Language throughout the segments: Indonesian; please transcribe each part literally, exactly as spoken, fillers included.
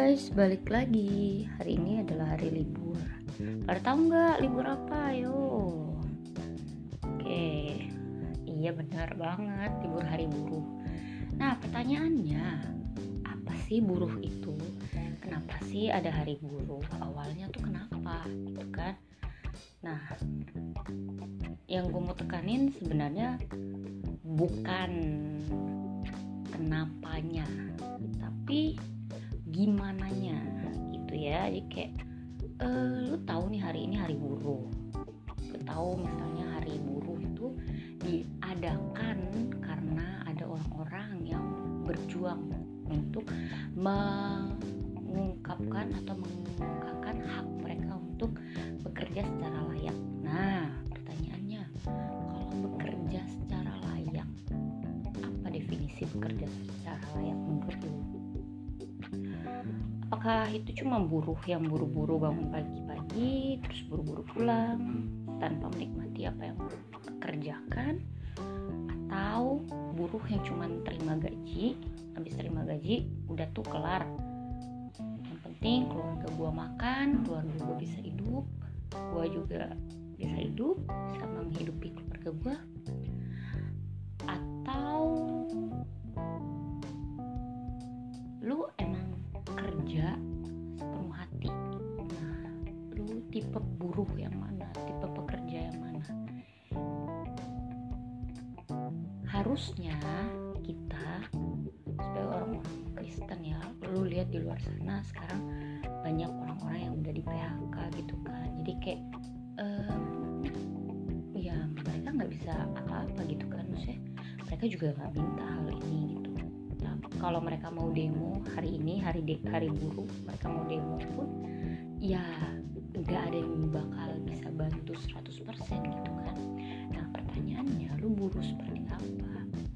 guys, balik lagi. Hari ini adalah hari libur. Pada tahu nggak libur apa? Ayo. Oke, iya benar banget, libur hari buruh. Nah, pertanyaannya, apa sih buruh itu? Kenapa sih ada hari buruh? Awalnya tuh kenapa? Gitu kan? Nah, yang gue mau tekanin sebenarnya bukan kenapanya, tapi gimananya gitu ya. Jadi kayak eh, lu tahu nih hari ini hari buruh, lu tahu misalnya hari buruh itu diadakan karena ada orang-orang yang berjuang untuk mengungkapkan atau mengungkapkan hak mereka untuk bekerja secara layak. Nah, pertanyaannya, kalau bekerja secara layak, apa definisi bekerja secara layak menurut lu? Apakah itu cuma buruh yang buru-buru bangun pagi-pagi terus buru-buru pulang tanpa menikmati apa yang kerjakan, atau buruh yang cuma terima gaji, habis terima gaji udah tuh kelar, yang penting keluarga gua makan, keluarga gua bisa hidup, gua juga bisa hidup, bisa menghidupi keluarga gua? Atau lu emang kerja sepenuh hati? Nah, lu tipe buruh yang mana? Tipe pekerja yang mana? Harusnya kita sebagai orang-orang Kristen ya, lu lihat di luar sana sekarang banyak orang-orang yang udah di P H K gitu kan. Jadi kayak um, ya mereka nggak bisa apa-apa gitu kan, maksudnya mereka juga nggak minta hal ini gitu. Nah, kalau mereka mau demo hari ini, hari de- hari buruh, mereka mau demo pun ya nggak ada yang bakal bisa bantu seratus persen gitu kan. Nah, pertanyaannya, lu buruh seperti apa?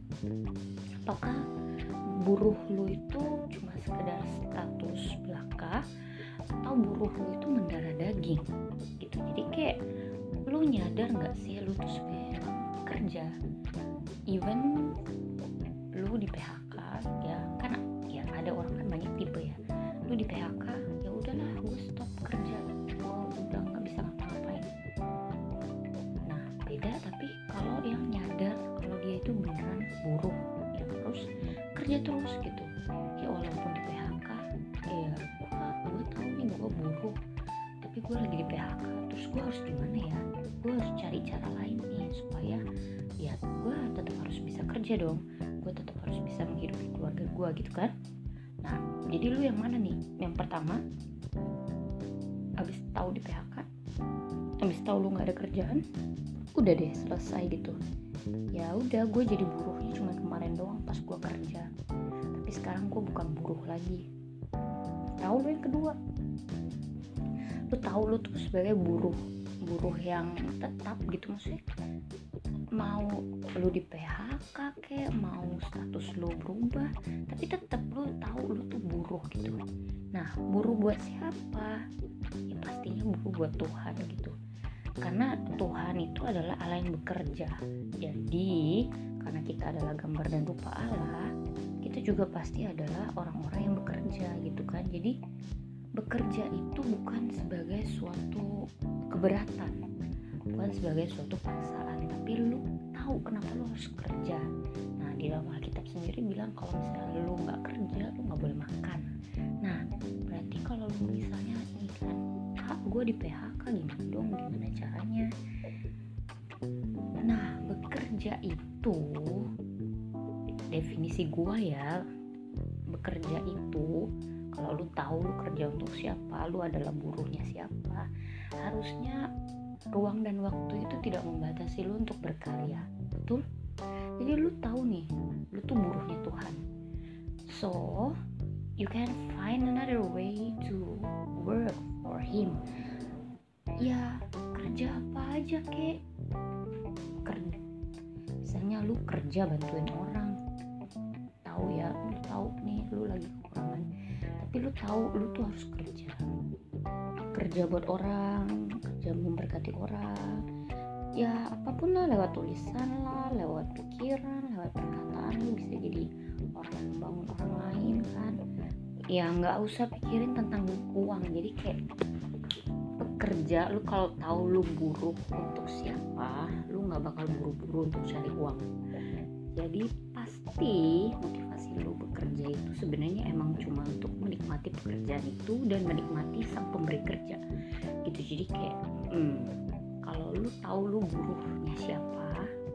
Apakah buruh lu itu cuma sekedar status belaka, atau buruh lu itu mendarah daging gitu? Jadi kayak lu nyadar nggak sih lu tuh sebagai kerja, even lu di P H K ya, karena ya ada orang kan banyak tipe ya, lu di P H K ya udahlah gue stop kerja, gue udah nggak bisa ngapa-ngapain. Nah, beda tapi kalau yang nyadar kalau dia itu beneran buruh yang harus kerja terus gitu ya, walaupun di P H K ya gue gue tahu nih gue buruh, tapi gue lagi di P H K, terus gue harus gimana ya? Gue harus cari cara lain nih supaya ya gue tetap harus bisa kerja dong, gue tetap harus bisa menghidupi keluarga gue gitu kan. Nah, jadi lu yang mana nih? Yang pertama, abis tahu di P H K, abis tahu lu nggak ada kerjaan, udah deh selesai gitu. Ya udah, gue jadi buruhnya cuma kemarin doang pas gue kerja, tapi sekarang gue bukan buruh lagi. Tahu lu yang kedua, lu tahu lu tuh sebagai buruh, buruh yang tetap gitu, maksudnya mau lu di P H K kayak mau status lu berubah, tapi tetap lu tahu lu tuh buruh gitu. Nah, buruh buat siapa? Ya pastinya buruh buat Tuhan gitu, karena Tuhan itu adalah Allah yang bekerja. Jadi karena kita adalah gambar dan rupa Allah, kita juga pasti adalah orang-orang yang bekerja gitu kan. Jadi bekerja itu bukan sebagai suatu keberatan, bukan sebagai suatu paksaan, tapi lu tahu kenapa lu harus kerja. Nah, di dalam Alkitab sendiri bilang kalau misalnya lu nggak kerja, lu nggak boleh makan. Nah, berarti kalau lu misalnya nih kan, kak gue di P H K gimana dong, gimana caranya? Nah, bekerja itu definisi gue ya, bekerja itu kalau lu tahu lu kerja untuk siapa, lu adalah buruhnya siapa, harusnya ruang dan waktu itu tidak membatasi lu untuk berkarya, betul? Jadi lu tahu nih, lu tuh buruhnya Tuhan, so you can find another way to work for Him. Ya kerja apa aja kek, kerja, misalnya lu kerja bantuin orang, tahu ya, lu tahu nih lu lagi kekurangan, tapi lu tahu lu tuh harus kerja, kerja buat orang, kerja memberkati orang, ya apapun lah, lewat tulisan lah, lewat pikiran, lewat perkataan, lu bisa jadi orang yang membangun orang lain kan. ya nggak usah pikirin tentang uang. Jadi kayak pekerja, lu kalau tahu lu buruh untuk siapa, lu nggak bakal buru-buru untuk cari uang. Jadi pasti motivasi lu bekerja itu sebenarnya emang cuma untuk menikmati pekerjaan itu dan menikmati sang pemberi kerja gitu. Jadi kayak hmm, kalau lu tahu lu buruhnya siapa,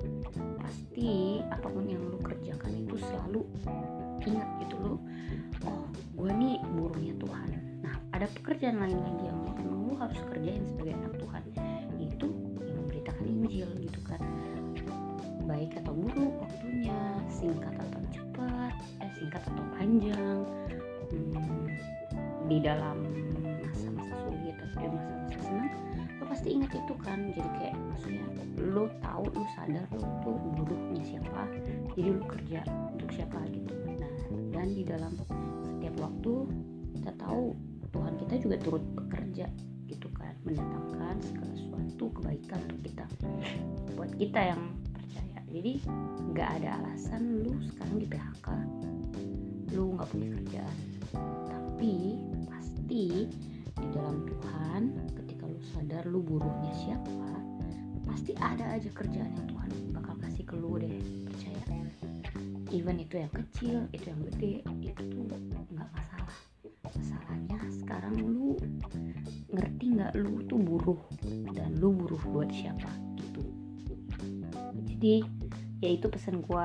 pasti apapun yang lu kerjakan itu selalu ingat gitu, lu oh gue nih buruhnya Tuhan. Nah ada pekerjaan lain lagi yang emang lu harus kerjain sebagai anak Tuhan, itu yang memberitakan Injil gitu kan. Baik atau buruk waktunya, singkat atau cepat, eh singkat atau panjang, hmm, di dalam masa-masa sulit atau di masa-masa senang, lo pasti ingat itu kan. Jadi kayak maksudnya lo tahu, lo sadar lo tuh buruhnya siapa, jadi lo kerja untuk siapa gitu. Nah dan di dalam setiap waktu kita tahu Tuhan kita juga turut bekerja gitu kan, mendatangkan segala sesuatu kebaikan untuk kita, buat kita yang percaya. Jadi nggak ada alasan lu sekarang di P H K, lu nggak punya kerjaan. Tapi pasti di dalam Tuhan, ketika lu sadar lu buruhnya siapa, pasti ada aja kerjaan yang Tuhan bakal kasih ke lu deh, percaya. Even itu yang kecil, itu yang gede, itu tuh nggak masalah. Masalahnya sekarang lu ngerti nggak lu tuh buruh, dan lu buruh buat siapa gitu. Jadi ya itu pesan gue,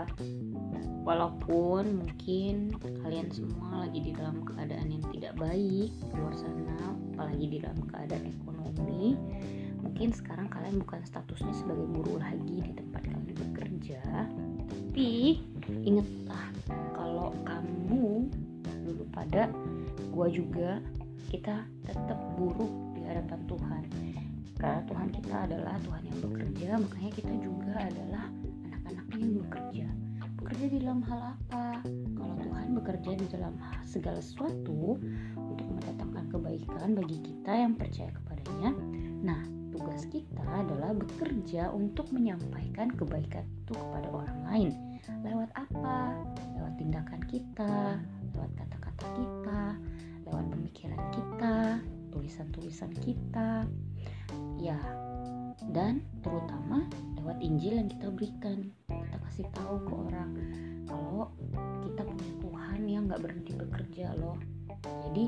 walaupun mungkin kalian semua lagi di dalam keadaan yang tidak baik di luar sana, apalagi di dalam keadaan ekonomi, mungkin sekarang kalian bukan statusnya sebagai buruh lagi di tempat kalian bekerja, tapi ingatlah kalau kamu dulu pada gue juga, kita tetap buruh di hadapan Tuhan. Karena Tuhan kita adalah Tuhan yang bekerja, makanya kita juga adalah anak-anaknya yang bekerja. Bekerja di dalam hal apa? Kalau Tuhan bekerja di dalam segala sesuatu untuk mendatangkan kebaikan bagi kita yang percaya kepadanya. Nah, tugas kita adalah bekerja untuk menyampaikan kebaikan itu kepada orang lain. Lewat apa? Lewat tindakan kita, lewat kata-kata kita, lewat pemikiran kita, tulisan-tulisan kita, ya, dan terutama lewat Injil yang kita berikan. Kita kasih tahu ke orang kalau kita punya Tuhan yang gak berhenti bekerja loh. Jadi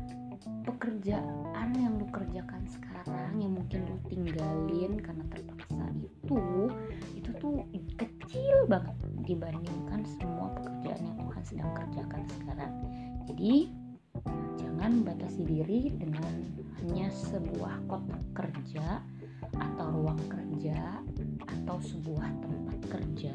pekerjaan yang lu kerjakan sekarang, yang mungkin lu tinggalin karena terpaksa, itu itu tuh kecil banget dibandingkan semua pekerjaan yang Tuhan sedang kerjakan sekarang. Jadi jangan batasi diri dengan hanya sebuah kotak kerja atau ruang kerja atau sebuah tempat kerja,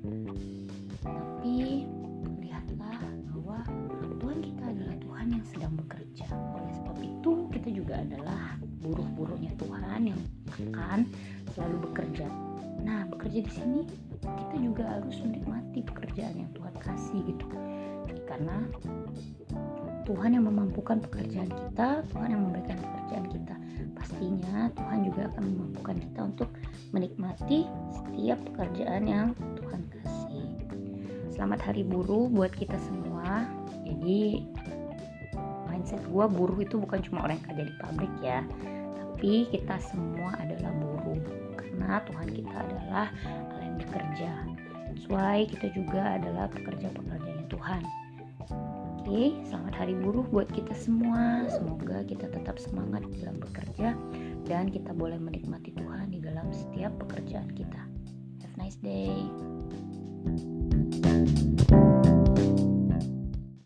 tapi lihatlah bahwa Tuhan kita adalah Tuhan yang sedang bekerja. Oleh sebab itu kita juga adalah buruh-buruhnya Tuhan yang akan selalu bekerja. Nah, bekerja di sini kita juga harus menikmati pekerjaan yang Tuhan kasih gitu, karena Tuhan yang memampukan pekerjaan kita, Tuhan yang memberikan pekerjaan kita. Pastinya Tuhan juga akan memampukan kita untuk menikmati setiap pekerjaan yang Tuhan kasih. Selamat Hari Buruh buat kita semua. Jadi mindset gue, buruh itu bukan cuma orang yang kerja di pabrik ya, tapi kita semua adalah buruh karena Tuhan kita adalah Allah yang bekerja. That's why kita juga adalah pekerja-pekerjanya Tuhan. Oke, selamat Hari Buruh buat kita semua. Semoga kita tetap semangat dalam bekerja dan kita boleh menikmati Tuhan di dalam setiap pekerjaan kita. Have a nice day.